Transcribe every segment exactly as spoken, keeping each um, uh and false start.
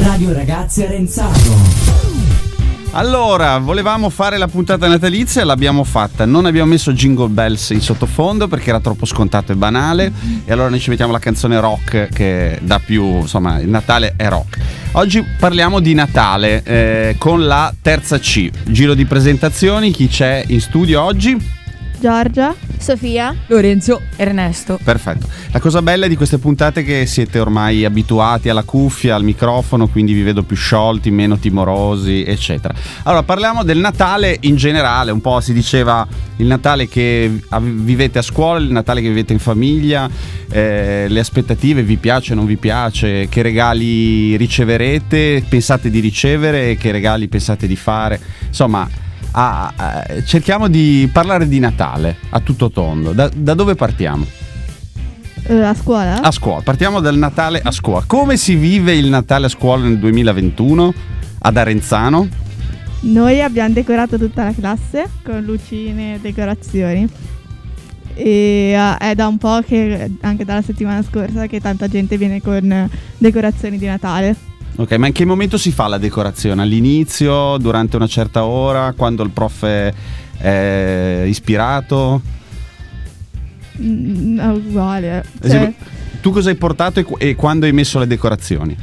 Radio Ragazzi Arenzano. Allora, volevamo fare la puntata natalizia e l'abbiamo fatta. Non abbiamo messo Jingle Bells in sottofondo perché era troppo scontato e banale. E allora noi ci mettiamo la canzone rock che dà più, insomma, il Natale è rock. Oggi parliamo di Natale eh, con la terza C. Giro di presentazioni. Chi c'è in studio oggi? Giorgia, Sofia, Lorenzo, Ernesto. Perfetto. La cosa bella di queste puntate è che siete ormai abituati alla cuffia, al microfono, quindi vi vedo più sciolti, meno timorosi, eccetera. Allora, parliamo del Natale in generale. Un po' si diceva il Natale che vivete a scuola, il Natale che vivete in famiglia, eh, le aspettative, vi piace, non vi piace, che regali riceverete, pensate di ricevere, che regali pensate di fare. Insomma, Ah, ah, cerchiamo di parlare di Natale a tutto tondo. Da, da dove partiamo? Uh, a scuola? A scuola. Partiamo dal Natale a scuola. Come si vive il Natale a scuola nel duemilaventuno ad Arenzano? Noi abbiamo decorato tutta la classe con lucine e decorazioni. E uh, è da un po' che, anche dalla settimana scorsa, che tanta gente viene con decorazioni di Natale. Ok, ma in che momento si fa la decorazione? All'inizio, durante una certa ora, quando il prof è, è ispirato? Mm, è uguale. Cioè, Esempio, tu cosa hai portato e, e quando hai messo le decorazioni?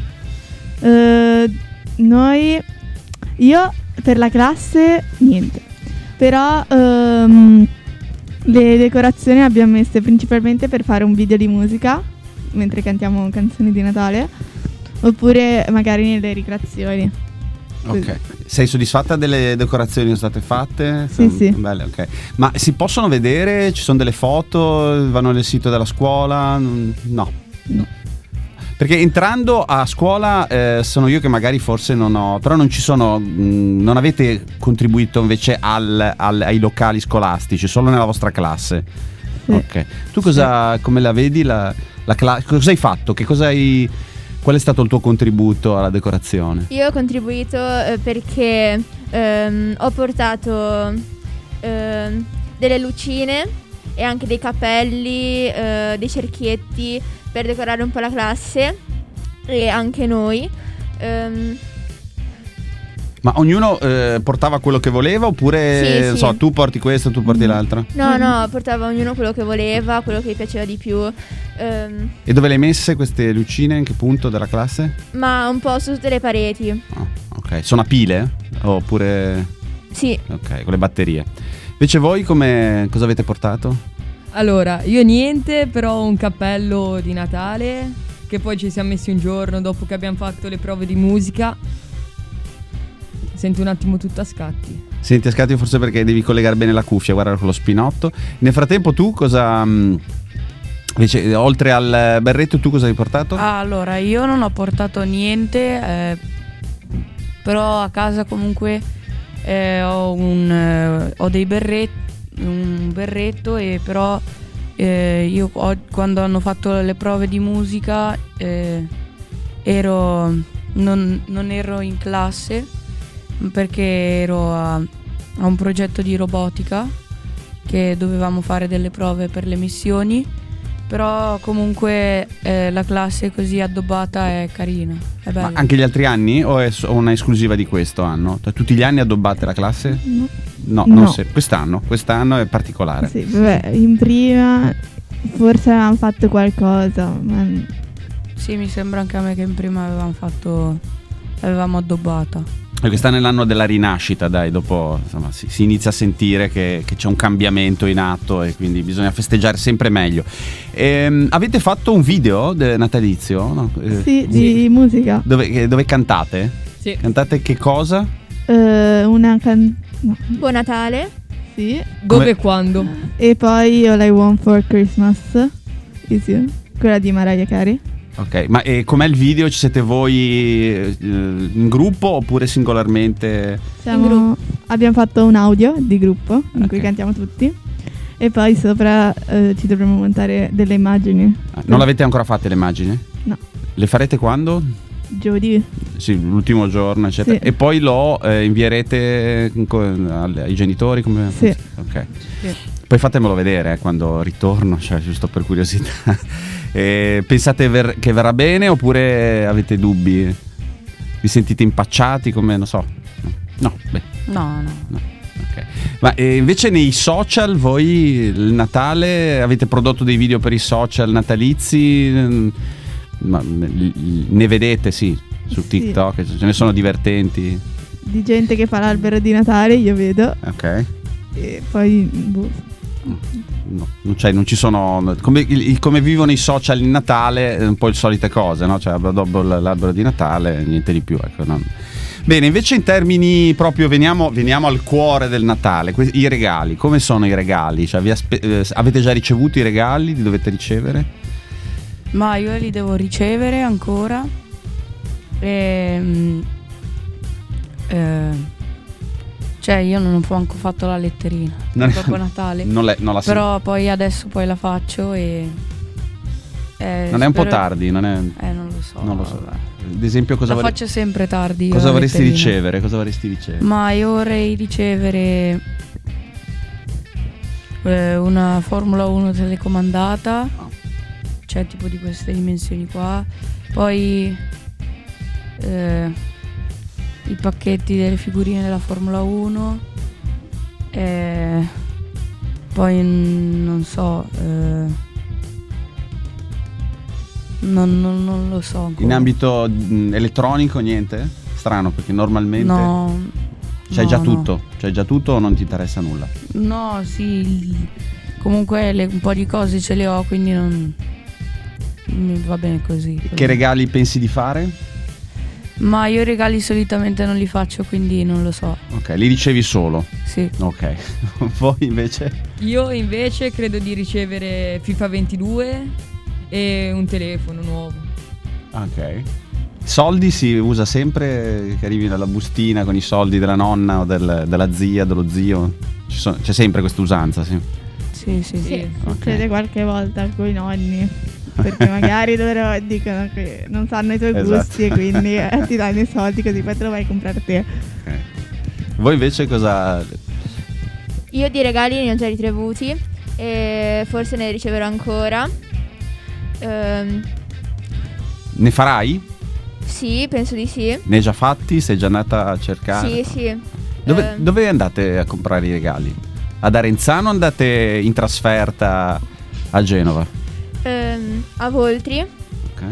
Uh, noi, io per la classe niente, però um, le decorazioni abbiamo messe principalmente per fare un video di musica mentre cantiamo canzoni di Natale. Oppure magari nelle ricreazioni. Ok. Sei soddisfatta delle decorazioni che sono state fatte? Sì, sono sì. Belle, ok. Ma si possono vedere? Ci sono delle foto? Vanno nel sito della scuola? No. No. Perché entrando a scuola eh, sono io che magari forse non ho, però non ci sono, mh, non avete contribuito invece al, al, ai locali scolastici, solo nella vostra classe. Sì. Ok. Tu cosa, come la vedi la, la classe? Cosa hai fatto? Che cosa hai... Qual è stato il tuo contributo alla decorazione? io ho contribuito eh, perché ehm, ho portato ehm, delle lucine e anche dei capelli, eh, dei cerchietti per decorare un po' la classe e anche noi. Ehm, Ma ognuno eh, portava quello che voleva oppure Sì, non sì. so, tu porti questo, tu porti l'altro? no, no, portava ognuno quello che voleva, quello che gli piaceva di più. Ehm, E dove le hai messe queste lucine? In che punto della classe? ma un po' su tutte le pareti. Ah, ok. Sono a pile? Oppure... Sì. Ok, con le batterie. Invece voi come cosa avete portato? Allora, io niente, però un cappello di Natale che poi ci siamo messi un giorno dopo che abbiamo fatto le prove di musica. Senti un attimo tutto a scatti. Senti a scatti forse perché devi collegare bene la cuffia, guardare con lo spinotto. Nel frattempo tu cosa... mh, invece oltre al berretto tu cosa hai portato? Allora, io non ho portato niente, eh, però a casa comunque eh, ho, un, eh, ho dei berretti, un berretto e però eh, io ho, quando hanno fatto le prove di musica eh, ero non, non ero in classe perché ero a, a un progetto di robotica che dovevamo fare delle prove per le missioni. Però comunque eh, la classe così addobbata è carina, è bella. Ma anche gli altri anni o è so- una esclusiva di questo anno? Cioè, tutti gli anni addobbate la classe? No. No, No. non se- quest'anno, quest'anno è particolare. Sì, vabbè, in prima forse avevamo fatto qualcosa, ma Sì, mi sembra anche a me che in prima avevamo fatto, l'avevamo addobbata. E quest'anno è l'anno della rinascita, dai, dopo insomma, si, si inizia a sentire che, che c'è un cambiamento in atto e quindi bisogna festeggiare sempre meglio. Ehm, avete fatto un video de- natalizio? No? Eh, sì, di musica. Dove, eh, dove cantate? Sì. Cantate che cosa? Eh, una can... no, Buon Natale. sì. Dove Come- e quando? E poi All I Want for Christmas is You, quella di Mariah Carey. Ok, ma e com'è il video? Ci siete voi eh, in gruppo oppure singolarmente? Siamo- In gruppo. Abbiamo fatto un audio di gruppo in cui Ok. cantiamo tutti. E poi sopra eh, ci dovremo montare delle immagini. Ah, non l'avete ancora fatte le immagini? No, Le farete quando? giovedì. Sì, l'ultimo giorno, eccetera. Sì. E poi lo eh, invierete co- al- ai genitori? Come... Sì. Ok. Sì. Poi fatemelo vedere eh, quando ritorno, cioè giusto per curiosità. E pensate ver- che verrà bene oppure avete dubbi? Vi sentite impacciati come, non so? No, beh. No, no. no. Okay. Ma eh, invece nei social voi il Natale avete prodotto dei video per i social natalizi? Ma, ne vedete, sì, su Sì. TikTok, ce ne sono divertenti. Di gente che fa l'albero di Natale, io vedo. Ok. E poi, boh. No, non, cioè, non ci sono come, il- come vivono i social in Natale, è un po' le solite cose, no? Cioè dopo l- l'albero di Natale niente di più, ecco, non- Bene, invece in termini proprio veniamo, veniamo al cuore del Natale, que- i regali, come sono i regali? Cioè, vi aspe- eh, avete già ricevuto i regali? Li dovete ricevere? Ma io li devo ricevere ancora. E, eh, cioè io non ho manco fatto la letterina Non- dopo Natale. Non, le- non la sento. Però poi adesso poi la faccio e eh, Non è un po' spero- tardi, non è... Eh non lo so. Non lo so. Ad esempio cosa, La vorre- faccio sempre tardi. io cosa la vorresti letterina. ricevere? Cosa vorresti ricevere? Ma io vorrei ricevere eh, una Formula uno telecomandata, cioè tipo di queste dimensioni qua. Poi eh, i pacchetti delle figurine della Formula uno. E poi mm, non so. eh, non, non- non lo so ancora. In ambito mh, elettronico niente? Strano, perché normalmente No. c'hai no, già no. tutto. C'hai già tutto o non ti interessa nulla? No, sì, il- comunque le- un po' di cose ce le ho, quindi non mi va bene così. Che regali pensi di fare? Ma io i regali solitamente non li faccio, quindi non lo so. Ok, li ricevi solo. Sì. Ok. Voi invece? Io invece credo di ricevere FIFA ventidue e un telefono nuovo. Ok. Soldi si usa sempre che arrivi nella bustina con i soldi della nonna o del- della zia, dello zio. Ci sono- c'è sempre questa usanza, sì. Sì, sì, sì. Sì, Ok. succede qualche volta con i nonni. Perché magari loro dicono che non sanno i tuoi Esatto. gusti e quindi eh, ti danno i soldi così poi te lo vai a comprare te. Ok. Voi invece cosa... Io di regali ne ho già ricevuti e forse ne riceverò ancora. Ehm, Ne farai? sì, penso di sì. Ne hai già fatti? Sei già andata a cercare? Sì, sì. Dove, Ehm, dove andate a comprare i regali? Ad Arenzano o andate in trasferta a Genova? ehm, a Voltri, Ok.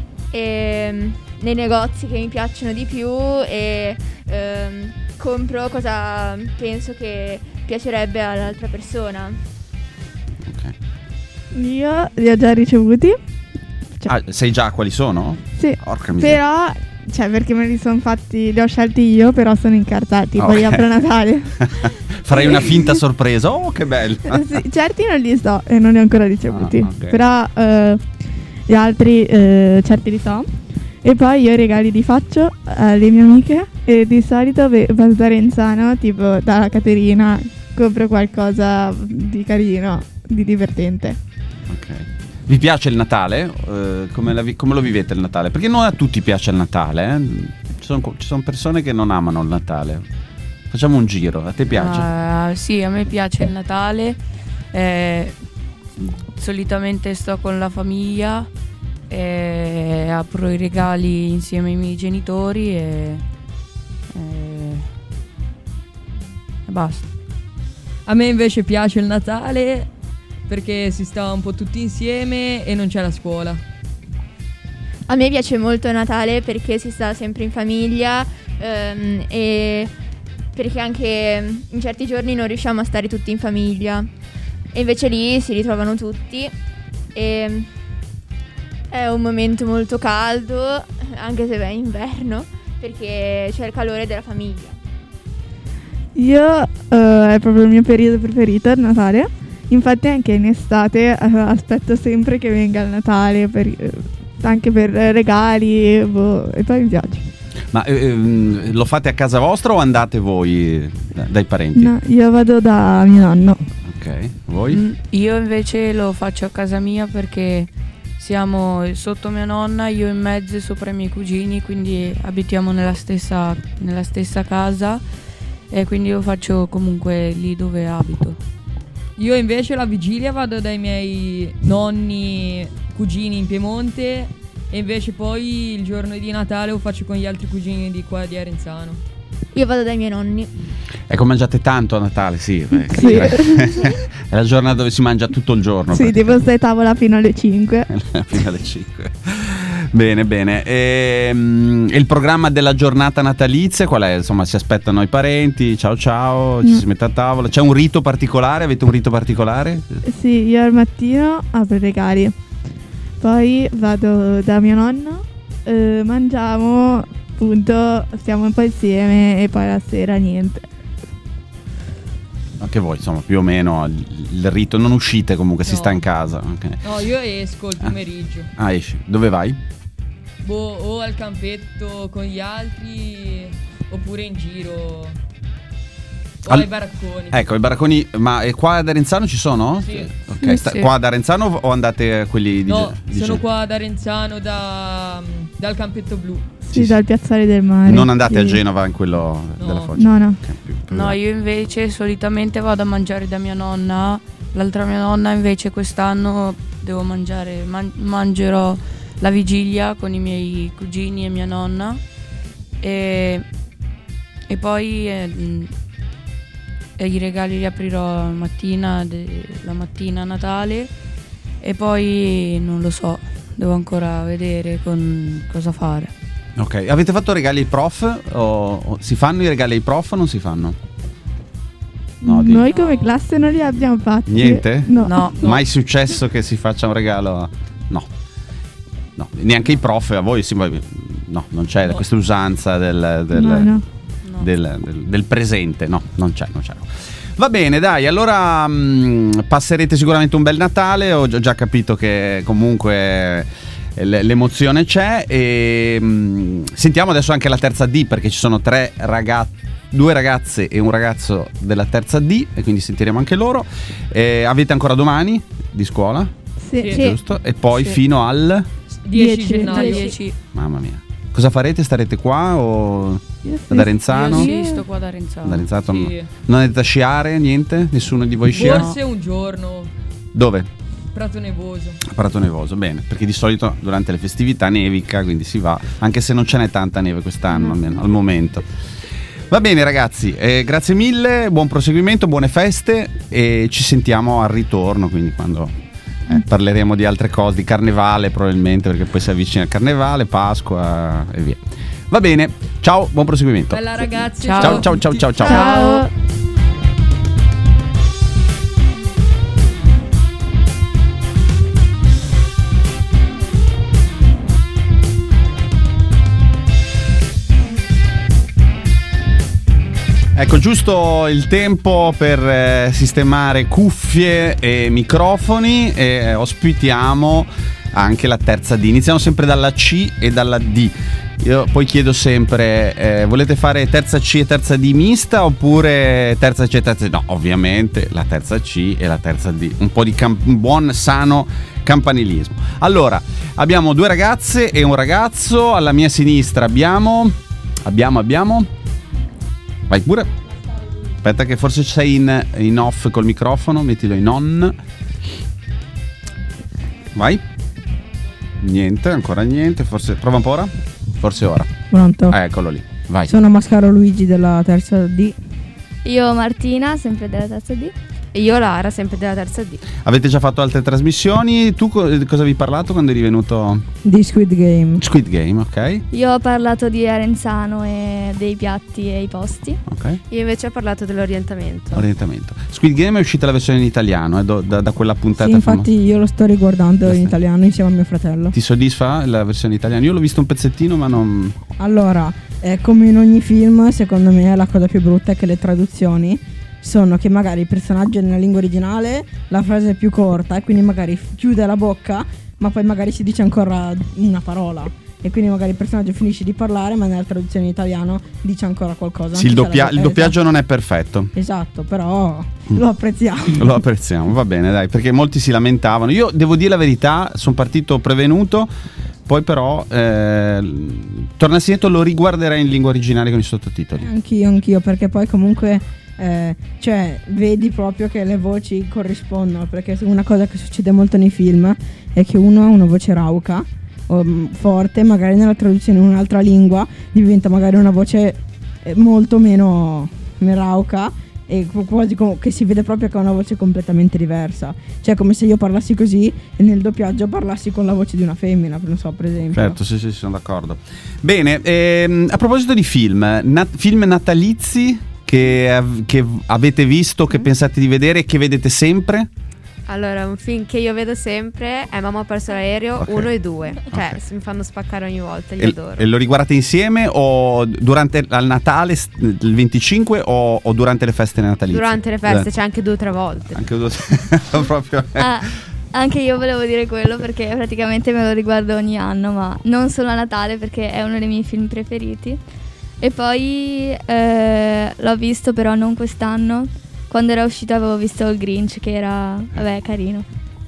e, nei negozi che mi piacciono di più e ehm, compro cosa penso che piacerebbe all'altra persona. Ok. Io li ho già ricevuti. Cioè, Ah, sai già quali sono? sì. Porca miseria. Però, cioè, perché me li sono fatti, li ho scelti io, però sono incartati. Ah, Poi ok. apro Natale. Farai una finta sorpresa. Oh, che bello. Sì, certi non li so e non li ho ancora ricevuti. Ah, ok. Però eh, gli altri eh, certi li so. E poi io i regali li faccio alle mie amiche e di solito ve- vado da Renzano, tipo dalla Caterina, compro qualcosa di carino, di divertente. Ok. Vi piace il Natale? Eh, come, la vi- come lo vivete il Natale? Perché non a tutti piace il Natale. eh. Ci sono, ci sono persone che non amano il Natale. Facciamo un giro. A te piace? Ah, sì, a me piace il Natale. eh, solitamente sto con la famiglia e apro i regali insieme ai miei genitori e, e, e basta. A me invece piace il Natale perché si sta un po' tutti insieme e non c'è la scuola. A me piace molto Natale perché si sta sempre in famiglia ehm, e perché anche in certi giorni non riusciamo a stare tutti in famiglia e invece lì si ritrovano tutti e è un momento molto caldo anche se è inverno perché c'è il calore della famiglia. Io eh, è proprio il mio periodo preferito, il Natale. Infatti anche in estate eh, aspetto sempre che venga il Natale, per, eh, anche per eh, regali, boh, e poi mi piace. Ma eh, ehm, lo fate a casa vostra o andate voi da- dai parenti? No, io vado da mio nonno. Ok. Voi? Mm, Io invece lo faccio a casa mia perché siamo sotto mia nonna, io in mezzo e sopra i miei cugini, quindi abitiamo nella stessa, nella stessa casa e quindi lo faccio comunque lì dove abito. Io invece la vigilia vado dai miei nonni, cugini in Piemonte E invece poi il giorno di Natale lo faccio con gli altri cugini di qua di Arenzano. Io vado dai miei nonni. Ecco, mangiate tanto a Natale, sì. beh, Sì. È la giornata dove si mangia tutto il giorno. Sì, tipo stai a tavola fino alle cinque. Fino alle cinque. Bene, bene. E, mm, il programma della giornata natalizia qual è? Insomma, si aspettano i parenti, ciao ciao, ci Mm. si mette a tavola. C'è un rito particolare? Avete un rito particolare? Sì, io al mattino apro i regali, poi vado da mio nonno, eh, mangiamo, appunto, stiamo un po' insieme e poi la sera niente. Anche voi, insomma, più o meno il, il rito. Non uscite comunque, si No. sta in casa. Ok. No, io esco il pomeriggio. Ah, esci. Dove vai? Boh, o al campetto con gli altri oppure in giro o Al- ai baracconi. Ecco, i baracconi, ma e qua ad Arenzano ci sono? Sì. Ok, Sì, sta- sì. qua ad Arenzano o andate a quelli di No, di sono Gen- qua ad Arenzano da, dal campetto blu. Sì, Sì, dal piazzale del mare. Non andate sì. a Genova in quello No. della Foggia? No, no. Ok, più- più- No, io invece solitamente vado a mangiare da mia nonna. L'altra mia nonna invece quest'anno devo mangiare, man- mangerò la vigilia con i miei cugini e mia nonna. E, e poi eh, mh, e i regali li aprirò la mattina, de- la mattina a Natale. E poi non lo so, devo ancora vedere con cosa fare. Ok, avete fatto regali ai prof? O, o si fanno i regali ai prof o non si fanno? No, di- Noi come classe non li abbiamo fatti. Niente? No. No. Mai successo che si faccia un regalo? a- No. No, neanche i prof, a voi sì, ma- no, non c'è No. questa usanza del, del- No, no. No. del- del- del presente, no, non c'è, non c'è. Va bene, dai, allora mh, passerete sicuramente un bel Natale, ho già, già capito che comunque eh, l- l'emozione c'è e mh, sentiamo adesso anche la terza D perché ci sono tre ragazzi, due ragazze e un ragazzo della terza D e quindi sentiremo anche loro. Eh, avete ancora domani di scuola, Sì. Sì. giusto? E poi Sì. fino al... dieci Dieci. gennaio. dieci. Mamma mia. Cosa farete? Starete qua o Io ad Arenzano? Io sì, sto qua ad Arenzano. Ad Arenzano? Sì. Non andate a sciare? Niente? Nessuno di voi scia? Forse un giorno. Dove? Prato Nevoso. A Prato Nevoso, bene, perché di solito durante le festività nevica, quindi si va, anche se non ce n'è tanta neve quest'anno, almeno al momento. Va bene ragazzi, eh, grazie mille, buon proseguimento, buone feste e ci sentiamo al ritorno, quindi quando eh, parleremo di altre cose, di carnevale probabilmente, perché poi si avvicina il carnevale, Pasqua e via. Va bene, ciao, buon proseguimento. Bella ragazzi. Ciao. Ciao, ciao, ciao, ciao, ciao. Ciao. Ecco, giusto il tempo per eh, sistemare cuffie e microfoni e eh, ospitiamo anche la terza D. Iniziamo sempre dalla C e dalla D. Io poi chiedo sempre, eh, volete fare terza C e terza D mista oppure terza C e terza D? No, ovviamente la terza C e la terza D. Un po' di cam- un buon, sano campanilismo. Allora, abbiamo due ragazze e un ragazzo. Alla mia sinistra abbiamo... Abbiamo, abbiamo... Vai pure. Aspetta che forse sei in, in off col microfono. Mettilo in on. Vai. Niente, ancora niente. Forse prova un po' ora. Forse ora. Pronto? Ah, eccolo lì. Vai. Sono Mascaro Luigi della terza D. Io Martina, sempre della terza D. E io Lara, sempre della terza D. Avete già fatto altre trasmissioni? Tu co- cosa avevi parlato quando eri venuto? Di Squid Game. Squid Game, ok. Io ho parlato di Arenzano e dei piatti e i posti. Ok. Io invece ho parlato dell'orientamento. Orientamento. Squid Game è uscita la versione in italiano, eh, do- da, da quella puntata. Sì, infatti famosa. io lo sto riguardando Lo in stai- italiano insieme a mio fratello. Ti soddisfa la versione italiana? Io l'ho visto un pezzettino, ma non. Allora, eh, come in ogni film, secondo me la cosa più brutta è che le traduzioni sono che magari il personaggio nella lingua originale la frase è più corta e quindi magari f- chiude la bocca, ma poi magari si dice ancora una parola. E quindi magari il personaggio finisce di parlare, ma nella traduzione in italiano dice ancora qualcosa. Sì, il, anche se doppia- la- il eh, doppiaggio non è perfetto. Esatto, però lo apprezziamo. Lo apprezziamo, va bene, dai, perché molti si lamentavano. Io devo dire la verità, sono partito prevenuto, poi però eh, tornassi indietro lo riguarderei in lingua originale con i sottotitoli. Anch'io, anch'io, perché poi comunque eh, cioè vedi proprio che le voci corrispondono, perché una cosa che succede molto nei film è che uno ha una voce rauca um, forte, magari nella traduzione in un'altra lingua diventa magari una voce eh, molto meno, meno rauca, e quasi com- che si vede proprio che ha una voce completamente diversa, cioè come se io parlassi così e nel doppiaggio parlassi con la voce di una femmina, non so, per esempio. Certo, sì, sì, sono d'accordo. Bene, ehm, a proposito di film, nat- film natalizi che, av- che avete visto, che pensate di vedere e che vedete sempre? Allora, un film che io vedo sempre è Mamma ha perso l'aereo Ok. uno e due. Cioè, Ok. mi fanno spaccare ogni volta, li E, adoro. e lo riguardate insieme o durante al Natale, s- il venticinque, o, o durante le feste natalizie? Durante le feste, Eh, cioè anche due o tre volte. anche due proprio. Ah, anche io volevo dire quello perché praticamente me lo riguardo ogni anno, ma non solo a Natale perché è uno dei miei film preferiti. E poi eh, l'ho visto però non quest'anno. Quando era uscito avevo visto il Grinch, che era, vabbè, carino.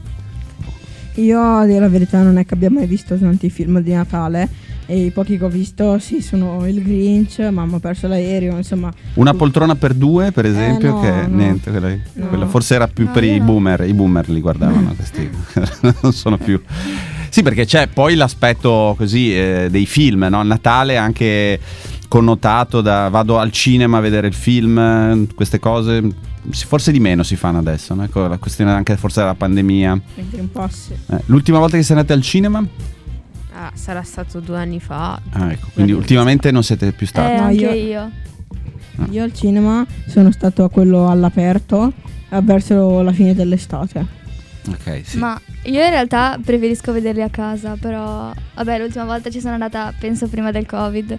Io, a dire la verità, non è che abbia mai visto tanti film di Natale, e i pochi che ho visto sì sono il Grinch, Mamma ha perso l'aereo, insomma. Una poltrona per due, per esempio, no, che no. niente, quella, No. quella forse era più No, per io i no. boomer, i boomer li guardavano questi, non sono più. Sì, perché c'è poi l'aspetto così eh, dei film, no? Il Natale anche connotato da vado al cinema a vedere il film, queste cose forse di meno si fanno adesso, no? Ecco, la questione anche forse della pandemia. Mentre un po' sì. Eh, l'ultima volta che siete andati al cinema? Ah, sarà stato due anni fa. Ah, ecco, quindi ultimamente non siete più Eh, stati. No, anche io- io. Io al cinema sono stato a quello all'aperto eh, verso la fine dell'estate. Ok, sì. Ma io in realtà preferisco vederli a casa, però vabbè, l'ultima volta ci sono andata, penso prima del Covid.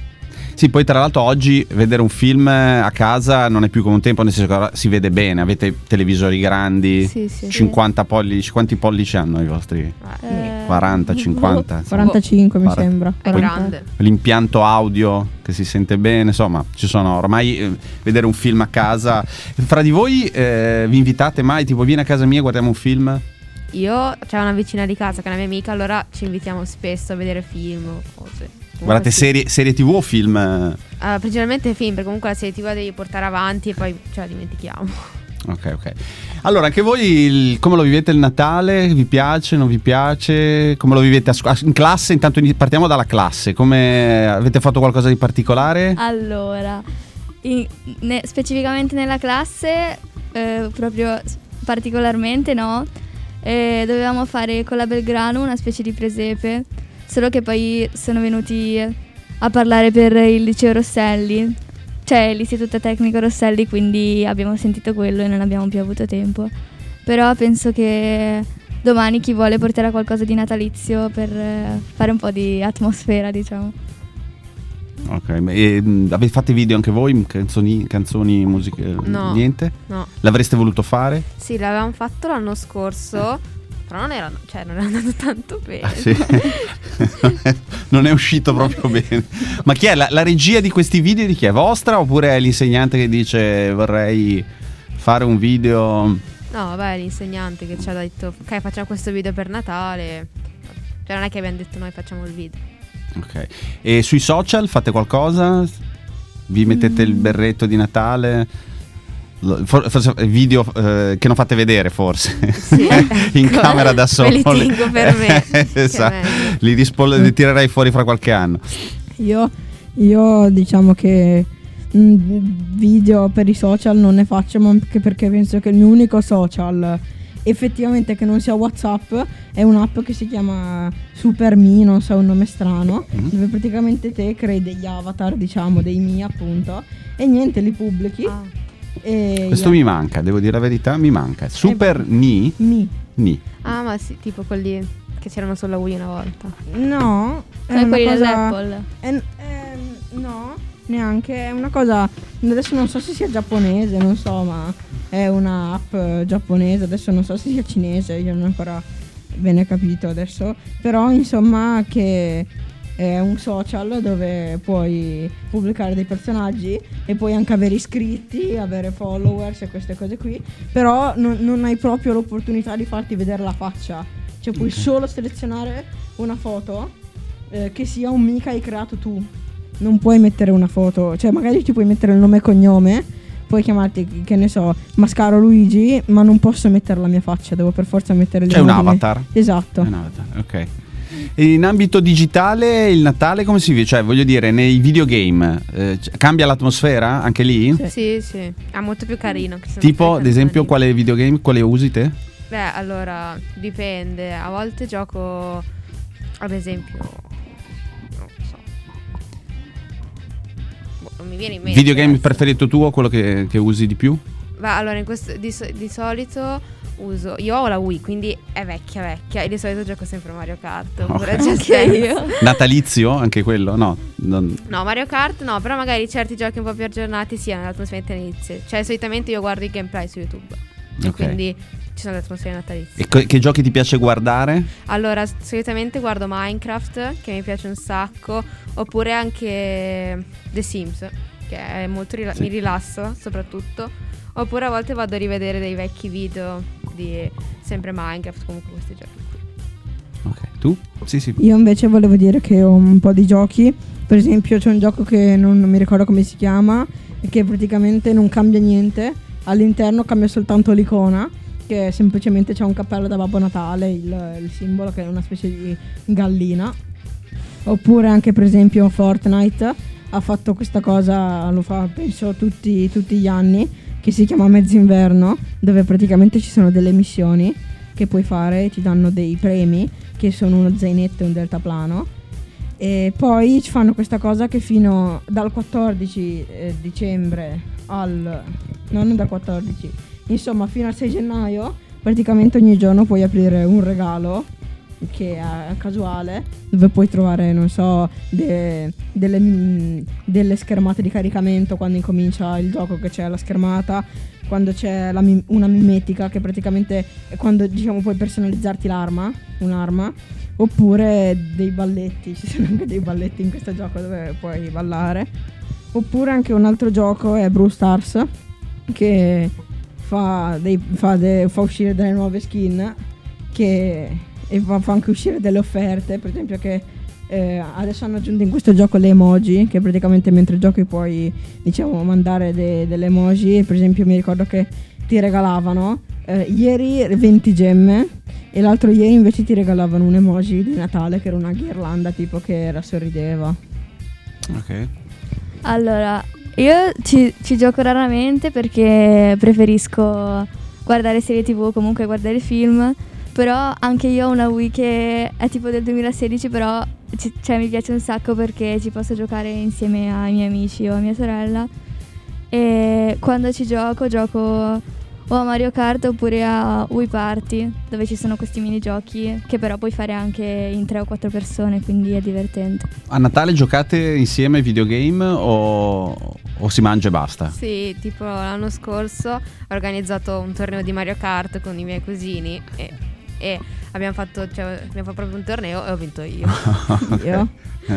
Sì, poi tra l'altro oggi vedere un film a casa non è più come un tempo, nel senso che ora si vede bene, avete televisori grandi, Sì, sì. cinquanta pollici, quanti pollici hanno i vostri? Eh, quaranta, cinquanta? quarantacinque mi Quaranta. sembra. È quaranta. grande. L'impianto audio che si sente bene, insomma, ci sono ormai eh, vedere un film a casa. Fra di voi eh, vi invitate mai, tipo vieni a casa mia, guardiamo un film? Io c'è una vicina di casa che è una mia amica, allora ci invitiamo spesso a vedere film o cose. Comunque Guardate sì. serie, serie tv o film? Ah, principalmente film, perché comunque la serie tivù la devi portare avanti e poi ce la dimentichiamo. Ok, ok. Allora, anche voi il- come lo vivete il Natale? Vi piace, non vi piace? Come lo vivete a scu- in classe? Intanto ini- partiamo dalla classe. Come avete fatto qualcosa di particolare? Allora, in- ne- specificamente nella classe, eh, proprio s- particolarmente no, eh, dovevamo fare con la Belgrano una specie di presepe, solo che poi sono venuti a parlare per il liceo Rosselli, cioè l'istituto tecnico Rosselli, quindi abbiamo sentito quello e non abbiamo più avuto tempo. Però penso che domani chi vuole porterà qualcosa di natalizio per eh, fare un po' di atmosfera, diciamo. Ok, ma- e, mh, avete fatto video anche voi? Canzoni, canzoni musiche? No. Niente? No. L'avreste voluto fare? Sì, l'avevamo fatto l'anno scorso, però non era, cioè, non era andato tanto bene. Ah, sì. Non è uscito proprio bene. Ma chi è la, la regia di questi video? Di chi è? Vostra oppure è l'insegnante che dice vorrei fare un video? No, vabbè, l'insegnante che ci ha detto ok, facciamo questo video per Natale. Cioè non è che abbiamo detto noi facciamo il video. Ok. E sui social fate qualcosa? Vi mettete il berretto di Natale? Lo- for- Forse video eh, che non fate vedere forse. Sì, In ecco. camera da Me li soli. tengo per me. Esatto. Che meglio. Li, dispol- li tirerei fuori fra qualche anno. Io, io diciamo che mh, video per i social non ne faccio, ma anche perché penso che il mio unico social effettivamente che non sia WhatsApp è un'app che si chiama SuperMe, non so, un nome strano, Mhm. dove praticamente te crei degli avatar, diciamo, dei mi appunto, e niente, li pubblichi. Ah. E Questo mi manca, devo dire la verità, mi manca. Super Ni mi. Ni. Ah, ma sì, tipo quelli che c'erano sulla Wii una volta. No, è Come una quelli cosa- dell'Apple. È- è- no, neanche, è una cosa, adesso non so se sia giapponese, non so, ma è una app eh, giapponese, adesso non so se sia cinese, io non ho ancora bene capito adesso, però insomma che è un social dove puoi pubblicare dei personaggi e puoi anche avere iscritti, avere followers e queste cose qui, però non, non hai proprio l'opportunità di farti vedere la faccia, cioè puoi solo selezionare una foto eh, che sia un mica hai creato tu. Non puoi mettere una foto, cioè magari ti puoi mettere il nome e cognome, puoi chiamarti, che ne so, Mascaro Luigi, ma non posso mettere la mia faccia, devo per forza mettere il C'è un nome. avatar. Esatto. È un avatar, ok. E in ambito digitale il Natale come si vive? Cioè, voglio dire, nei videogame eh, c- cambia l'atmosfera anche lì? Sì, sì, è molto più carino. che sono Tipo, tutte ad esempio, canzoni. quale videogame, quale usi te? Beh, allora, dipende. A volte gioco, ad esempio, non so. Boh, non mi viene in mente. Videogame adesso. preferito tuo, quello che, che usi di più? Va, allora, in questo, di, so- di solito uso. Io ho la Wii, quindi è vecchia, vecchia. E di solito gioco sempre Mario Kart. Oppure Ok. Just Anche Dance. io. Natalizio, anche quello? No, non- No, Mario Kart no, però magari certi giochi un po' più aggiornati sì, hanno l'atmosfera natalizia. Cioè, solitamente io guardo i gameplay su YouTube. E Ok. quindi ci sono le atmosfere natalizie. E co- che giochi ti piace guardare? Allora, s- solitamente guardo Minecraft, che mi piace un sacco, oppure anche The Sims, che è molto rila- Sì. mi rilassa soprattutto. Oppure a volte vado a rivedere dei vecchi video di sempre Minecraft, comunque questi giochi qui. Ok, tu? Sì, sì. Io invece volevo dire che ho un po' di giochi. Per esempio c'è un gioco che non, non mi ricordo come si chiama e che praticamente non cambia niente. All'interno cambia soltanto l'icona, che semplicemente c'è un cappello da Babbo Natale, il, il simbolo che è una specie di gallina. Oppure anche per esempio Fortnite ha fatto questa cosa, lo fa penso tutti, tutti gli anni, che si chiama Mezzinverno, dove praticamente ci sono delle missioni che puoi fare e ti danno dei premi, che sono uno zainetto e un deltaplano. E poi ci fanno questa cosa che fino dal quattordici eh, dicembre al... no, non dal quattordici, insomma fino al sei gennaio praticamente ogni giorno puoi aprire un regalo che è casuale, dove puoi trovare, non so, de- delle, mm, delle schermate di caricamento quando incomincia il gioco, che c'è la schermata, quando c'è la mim- una mimetica, che praticamente è quando, diciamo, puoi personalizzarti l'arma, un'arma, oppure dei balletti, ci sono anche dei balletti in questo gioco dove puoi ballare. Oppure anche un altro gioco è Brawl Stars, che fa, dei, fa, de- fa uscire delle nuove skin, che e fa, fa anche uscire delle offerte, per esempio che eh, adesso hanno aggiunto in questo gioco le emoji, che praticamente mentre giochi puoi, diciamo, mandare de- delle emoji. Per esempio mi ricordo che ti regalavano eh, ieri venti gemme e l'altro ieri invece ti regalavano un emoji di Natale che era una ghirlanda tipo che era sorrideva. Ok. Allora, io ci, ci gioco raramente perché preferisco guardare serie tv o comunque guardare film. Però anche io ho una Wii che è tipo del duemilasedici, però ci- cioè, mi piace un sacco perché ci posso giocare insieme ai miei amici o a mia sorella. E quando ci gioco, gioco o a Mario Kart oppure a Wii Party, dove ci sono questi minigiochi che però puoi fare anche in tre o quattro persone, quindi è divertente. A Natale giocate insieme ai videogame o, o si mangia e basta? Sì, tipo l'anno scorso ho organizzato un torneo di Mario Kart con i miei cugini e, e abbiamo fatto, cioè, abbiamo fatto proprio un torneo e ho vinto io. Io?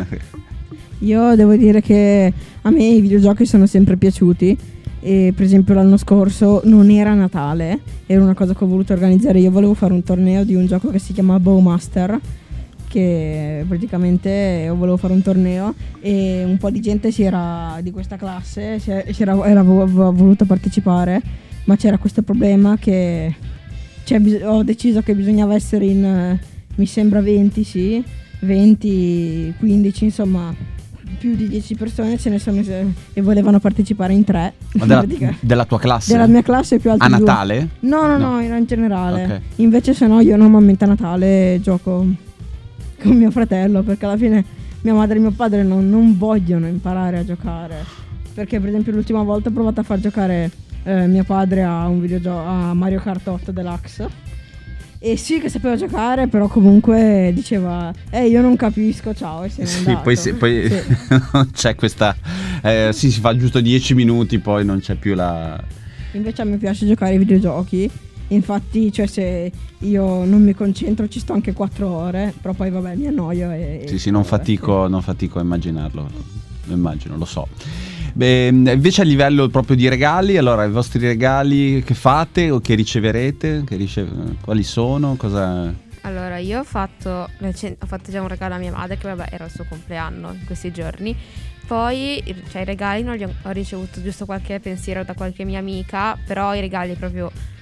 Io devo dire che a me i videogiochi sono sempre piaciuti e per esempio l'anno scorso non era Natale, era una cosa che ho voluto organizzare io, volevo fare un torneo di un gioco che si chiama Bowmaster, che praticamente volevo fare un torneo e un po' di gente si era di questa classe si era, si era, era aveva voluto partecipare, ma c'era questo problema che cioè, bis- ho deciso che bisognava essere in eh, mi sembra venti, sì, venti, quindici, insomma più di dieci persone ce ne sono e volevano partecipare in tre. Ma della, Pratica- della tua classe? della mia classe più altri A due. Natale? No, no, No. no, era in generale. Ok. Invece se no io normalmente a Natale gioco con mio fratello, perché alla fine mia madre e mio padre non, non vogliono imparare a giocare. Perché per esempio l'ultima volta ho provato a far giocare eh, mio padre a un videogioco a Mario Kart otto Deluxe. E sì che sapeva giocare, però comunque diceva eh io non capisco, ciao, e se n'è Sì, andato. poi, sì, poi Sì. non c'è questa... Eh, sì, si fa giusto dieci minuti, poi non c'è più la... Invece a me piace giocare ai videogiochi. Infatti, cioè, se io non mi concentro ci sto anche quattro ore, però poi vabbè mi annoio e... Sì, sì, non fatico, non fatico a immaginarlo, lo immagino, lo so. Beh, invece a livello proprio di regali, allora i vostri regali che fate o che riceverete, che ricev- quali sono, cosa... Allora, io ho fatto, ho fatto già un regalo a mia madre, che vabbè era il suo compleanno in questi giorni. Poi, cioè, i regali non li ho, ho ricevuto giusto qualche pensiero da qualche mia amica, però i regali proprio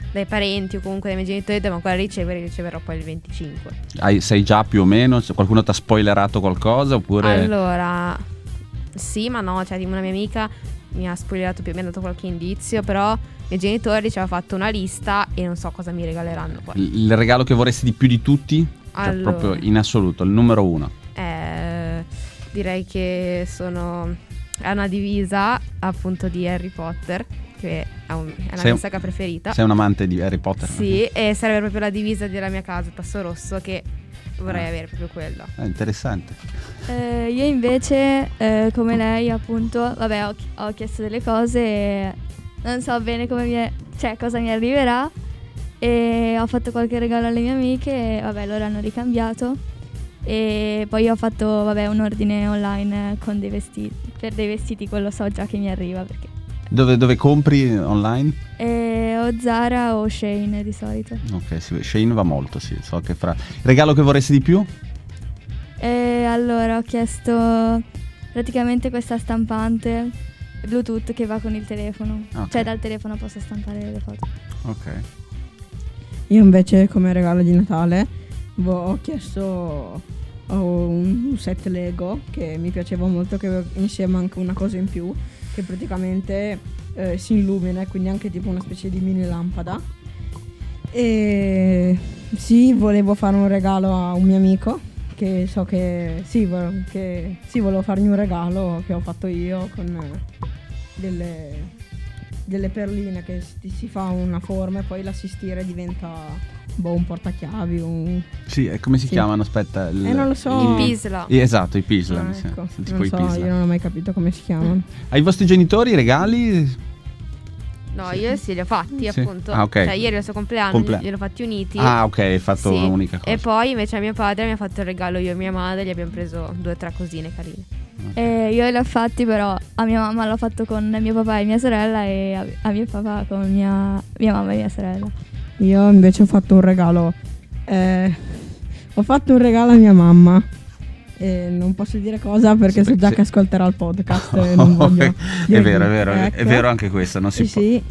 dai parenti o comunque dai miei genitori devo ancora ricevere, riceverò poi il venticinque. Hai, sai già più o meno? Se qualcuno ti ha spoilerato qualcosa oppure... Allora, sì, ma no, cioè una mia amica mi ha spoilerato più, mi ha dato qualche indizio, però i miei genitori ci hanno fatto una lista e non so cosa mi regaleranno poi. Il regalo che vorresti di più di tutti? Cioè Allora. proprio in assoluto, il numero uno. Eh, direi che sono è una divisa appunto di Harry Potter, che è, un, è la Sei mia un- saga preferita. Sei un amante di Harry Potter? Sì, e sarebbe proprio la divisa della mia casa, il tasso rosso, che vorrei Ah. avere proprio quello. È interessante. Eh, io invece, eh, come lei, appunto, vabbè, ho, ho chiesto delle cose e non so bene come mi è- cioè, cosa mi arriverà. E ho fatto qualche regalo alle mie amiche e vabbè, loro hanno ricambiato. E poi ho fatto, vabbè, un ordine online con dei vestiti. Per dei vestiti, quello so già che mi arriva perché. Dove, dove compri online? E o Zara o Shein di solito. Ok, sì, Shein va molto, sì. So che fra... Regalo che vorresti di più? E allora ho chiesto praticamente questa stampante Bluetooth che va con il telefono. Ok. Cioè dal telefono posso stampare le foto. Ok. Io invece come regalo di Natale vo- ho chiesto ho un set Lego che mi piaceva molto, che aveva insieme anche una cosa in più che praticamente eh, si illumina, quindi anche tipo una specie di mini lampada. E sì, volevo fare un regalo a un mio amico che so che sì, vo- che sì, volevo fargli un regalo che ho fatto io con eh, delle delle perline che si, si fa una forma e poi la si stira e diventa boh, un portachiavi, un... Sì, e come si Sì. chiamano? Aspetta. il- Eh, non lo so. I Pisla. i- Esatto, i Pisla. Ah, mi sembra. ecco, Tipo non i so, Pisla. io non ho mai capito come si chiamano. Ai vostri genitori i regali? No, io sì, li ho fatti Sì. appunto. Ah, ok. Cioè ieri al suo compleanno Comple- glieli ho fatti uniti. Ah, ok, hai fatto Sì. un'unica cosa. E poi invece a mio padre mi ha fatto il regalo io e mia madre, gli abbiamo preso due o tre cosine carine. E io li ho fatti, però a mia mamma l'ho fatto con mio papà e mia sorella e a, a mio papà con mia, mia mamma e mia sorella. Io invece ho fatto un regalo. eh, ho fatto un regalo a mia mamma. E non posso dire cosa perché Sì, so già sì. che ascolterà il podcast e non voglio è dire vero, è chi. vero, è Ecco. vero anche questo, non si Sì, può. sì.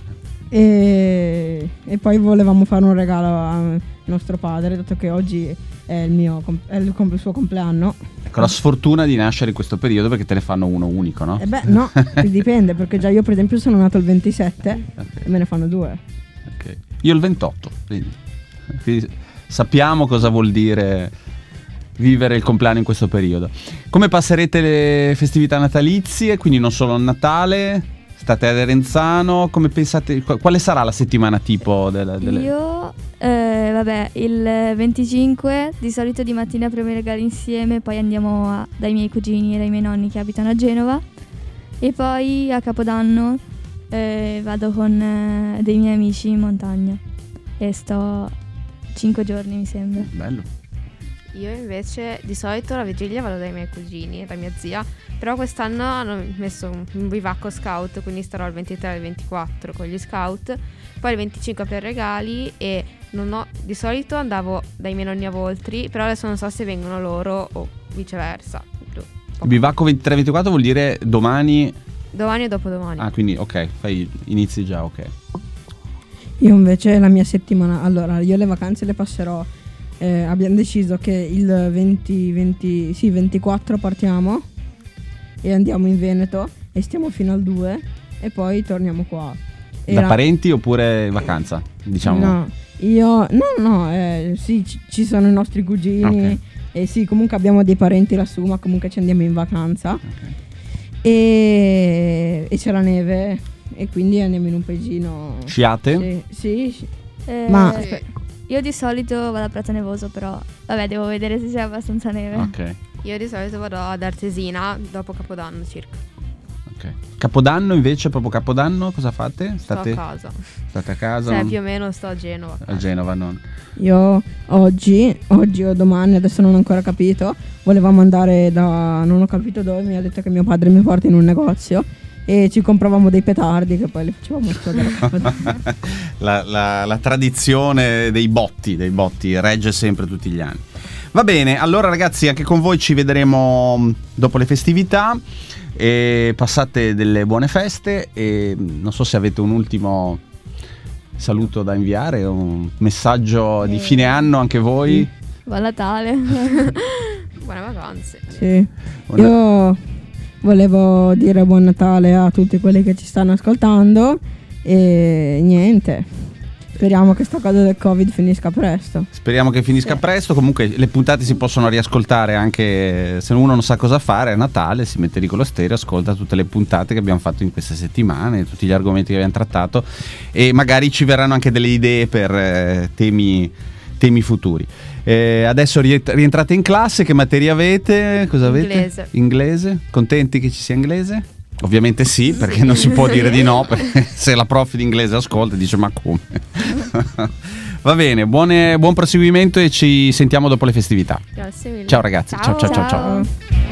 E, e poi volevamo fare un regalo a nostro padre, dato che oggi è il mio com- è il, com- il suo compleanno. Ecco, la sfortuna di nascere in questo periodo perché te ne fanno uno unico, no? E beh, no, dipende, perché già io per esempio sono nato il ventisette Ok, e me ne fanno due. ok. Io il ventotto, quindi, quindi sappiamo cosa vuol dire vivere il compleanno in questo periodo. Come passerete le festività natalizie? Quindi non solo il Natale, state ad Arenzano, come pensate, qu- quale sarà la settimana tipo della, delle... Io, eh, vabbè, il venticinque di solito di mattina apriamo i regali insieme, poi andiamo a- dai miei cugini e dai miei nonni che abitano a Genova e poi a Capodanno eh, vado con eh, dei miei amici in montagna e sto cinque giorni mi sembra. Bello. Io invece di solito la vigilia vado dai miei cugini e da mia zia, però quest'anno hanno messo un, un bivacco scout, quindi starò il ventitré e il ventiquattro con gli scout, poi il venticinque per regali e non ho, di solito andavo dai miei nonni a Voltri, però adesso non so se vengono loro o viceversa. Bivacco ventitré ventiquattro vuol dire domani. Domani o dopodomani. Ah, quindi ok, fai, inizi già, ok. Io invece la mia settimana, allora io le vacanze le passerò, eh, abbiamo deciso che il venti, venti, sì, ventiquattro partiamo e andiamo in Veneto e stiamo fino al due e poi torniamo qua. Da Era- parenti oppure vacanza? Diciamo. No, io, no, no, eh, sì, ci, ci sono i nostri cugini Ok. e sì, comunque abbiamo dei parenti lassù, ma comunque ci andiamo in vacanza Ok. e, e c'è la neve e quindi andiamo in un paesino. Sciate? Sì, sì, sì. Eh, Ma- Sì. Io di solito vado a Prato Nevoso, però vabbè, devo vedere se c'è abbastanza neve. Ok, Io di solito vado ad Artesina dopo Capodanno circa. ok. Capodanno invece, proprio Capodanno, cosa fate? Sto State a casa. state a casa? Cioè non- più o meno sto a Genova. A Genova, non. Io oggi, oggi o domani, adesso non ho ancora capito, volevamo andare da, non ho capito dove, mi ha detto che mio padre mi porta in un negozio e ci compravamo dei petardi che poi li facevamo esplodere. la, la- la tradizione dei botti, dei botti regge sempre tutti gli anni. Va bene, allora ragazzi, anche con voi ci vedremo mh, dopo le festività. E passate delle buone feste e mh, non so se avete un ultimo saluto da inviare, un messaggio di Eh. fine anno anche voi? Buon Natale. Buone vacanze. Sì. Buona- Io volevo dire buon Natale a tutti quelli che ci stanno ascoltando e niente. Speriamo che sta cosa del Covid finisca presto. Speriamo che finisca Sì. presto. Comunque le puntate si possono riascoltare anche se uno non sa cosa fare a Natale, si mette lì con lo stereo, ascolta tutte le puntate che abbiamo fatto in queste settimane, tutti gli argomenti che abbiamo trattato e magari ci verranno anche delle idee per eh, temi, temi futuri. Eh, adesso riet- rientrate in classe, che materia avete? Cosa avete? Inglese. Inglese? Contenti che ci sia inglese? Ovviamente sì, perché non si può dire di no, perché se la prof di inglese ascolta dice ma come? Va bene, buone- buon proseguimento e ci sentiamo dopo le festività. Grazie mille. Ciao ragazzi, ciao ciao ciao ciao. Ciao.